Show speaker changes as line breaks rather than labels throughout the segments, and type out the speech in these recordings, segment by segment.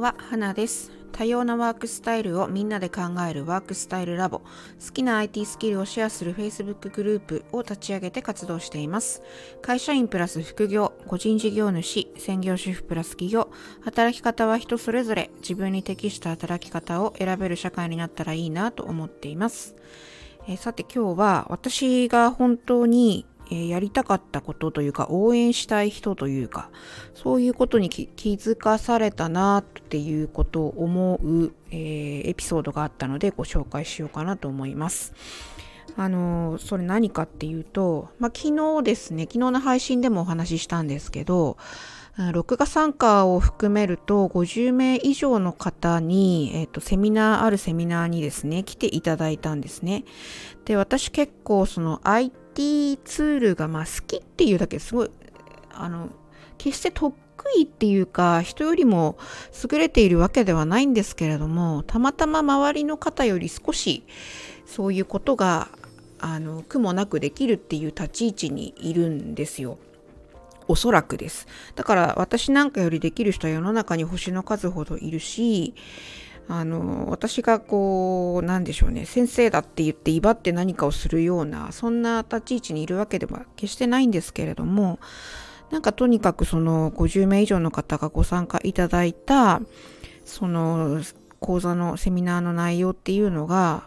んは、花です。多様なワークスタイルをみんなで考えるワークスタイルラボ、好きな IT スキルをシェアする Facebook グループを立ち上げて活動しています。会社員プラス副業、個人事業主、専業主婦プラス企業、働き方は人それぞれ、自分に適した働き方を選べる社会になったらいいなと思っています。さて今日は私が本当にやりたかったことというか応援したい人というかそういうことに気づかされたなっていうことを思う、エピソードがあったのでご紹介しようかなと思います。それ何かっていうと、昨日ですね、昨日の配信でもお話ししたんですけど、録画参加を含めると50名以上の方に、あるセミナーにですね、来ていただいたんですね。で、私結構その IT ツールが好きっていうだけですごい、決して得意っていうか、人よりも優れているわけではないんですけれども、たまたま周りの方より少しそういうことが苦もなくできるっていう立ち位置にいるんですよ。おそらくです。だから私なんかよりできる人は世の中に星の数ほどいるし、私がなんでしょうね、先生だって言って威張って何かをするような、そんな立ち位置にいるわけでは決してないんですけれども、なんかとにかくその50名以上の方がご参加いただいた、その講座のセミナーの内容っていうのが、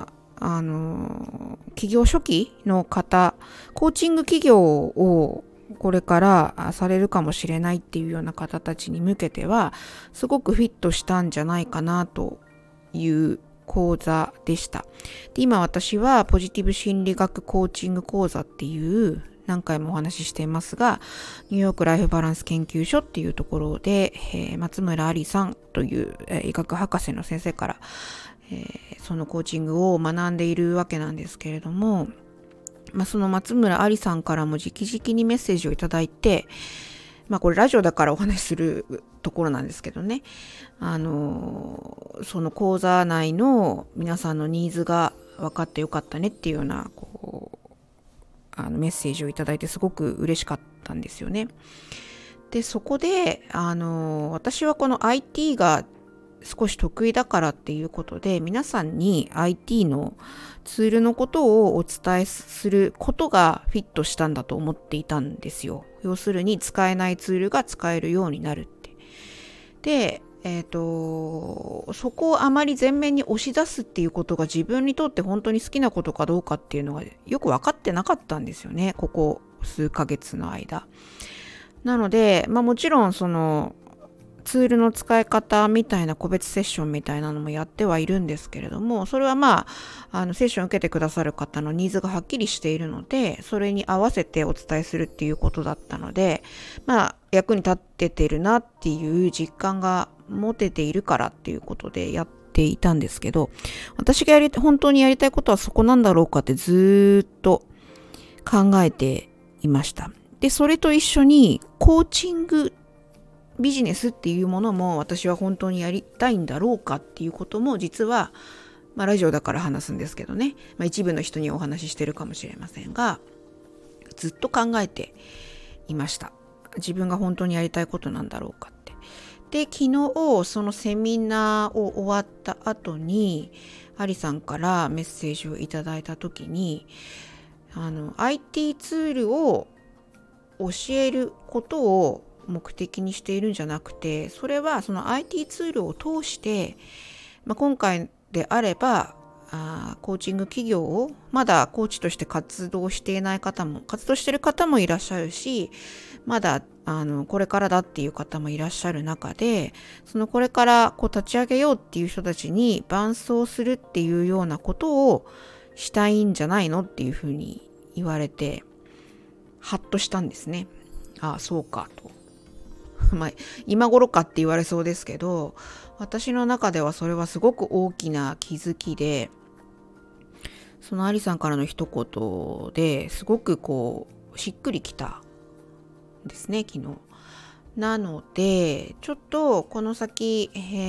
企業初期の方、コーチング企業をこれからされるかもしれないっていうような方たちに向けてはすごくフィットしたんじゃないかなという講座でした。で、今私はポジティブ心理学コーチング講座っていう何回もお話ししていますが、ニューヨークライフバランス研究所っていうところで、松村ありさんという、医学博士の先生から、そのコーチングを学んでいるわけなんですけれども、その松村ありさんからも直々にメッセージをいただいて、これラジオだからお話しするところなんですけどね、その講座内の皆さんのニーズが分かってよかったねっていうようなメッセージをいただいてすごく嬉しかったんですよね。で、そこで私はこの IT が少し得意だからっていうことで皆さんに IT のツールのことをお伝えすることがフィットしたんだと思っていたんですよ。要するに使えないツールが使えるようになるって。で、そこをあまり前面に押し出すっていうことが自分にとって本当に好きなことかどうかっていうのがよく分かってなかったんですよね。ここ数ヶ月の間。なので、もちろんそのツールの使い方みたいな個別セッションみたいなのもやってはいるんですけれども、それはセッションを受けてくださる方のニーズがはっきりしているので、それに合わせてお伝えするっていうことだったので、役に立っててるなっていう実感が持てているからっていうことでやっていたんですけど、私が本当にやりたいことはそこなんだろうかってずっと考えていました。で、それと一緒にコーチングビジネスっていうものも私は本当にやりたいんだろうかっていうことも実は、ラジオだから話すんですけどね、一部の人にお話ししてるかもしれませんが、ずっと考えていました。自分が本当にやりたいことなんだろうかって。で、昨日そのセミナーを終わった後にアリさんからメッセージをいただいた時に、IT ツールを教えることを目的にしているんじゃなくて、それはその IT ツールを通して、今回であればコーチング企業をまだコーチとして活動していない方も活動している方もいらっしゃるし、まだこれからだっていう方もいらっしゃる中で、そのこれから立ち上げようっていう人たちに伴走するっていうようなことをしたいんじゃないのっていうふうに言われてハッとしたんですね。ああ、そうかと。今頃かって言われそうですけど、私の中ではそれはすごく大きな気づきで、そのアリさんからの一言ですごくしっくりきたんですね、昨日。なのでちょっとこの先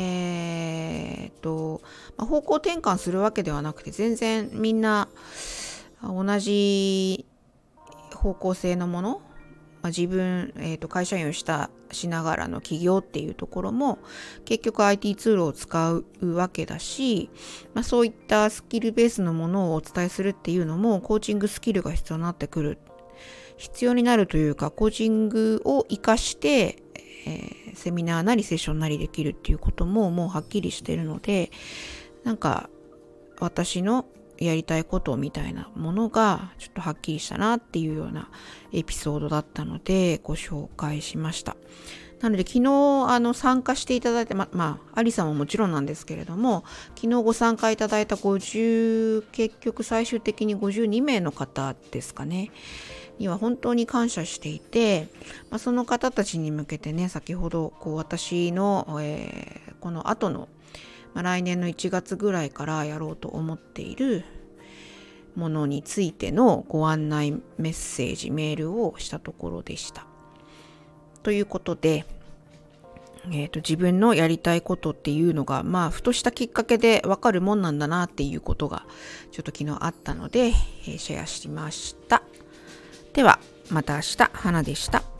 方向転換するわけではなくて、全然みんな同じ方向性のもの自分、会社員をしながらの起業っていうところも結局 IT ツールを使うわけだし、そういったスキルベースのものをお伝えするっていうのもコーチングスキルが必要になるというか、コーチングを活かして、セミナーなりセッションなりできるっていうことももうはっきりしているので、なんか私のやりたいことみたいなものがちょっとはっきりしたなっていうようなエピソードだったのでご紹介しました。なので昨日参加していただいて、アリさんももちろんなんですけれども、昨日ご参加いただいた結局最終的に52名の方ですかねには本当に感謝していて、その方たちに向けてね、先ほど私の、この後の来年の1月ぐらいからやろうと思っているものについてのご案内メッセージ、メールをしたところでした。ということで、自分のやりたいことっていうのが、ふとしたきっかけでわかるもんなんだなっていうことがちょっと昨日あったので、シェアしました。ではまた明日、花でした。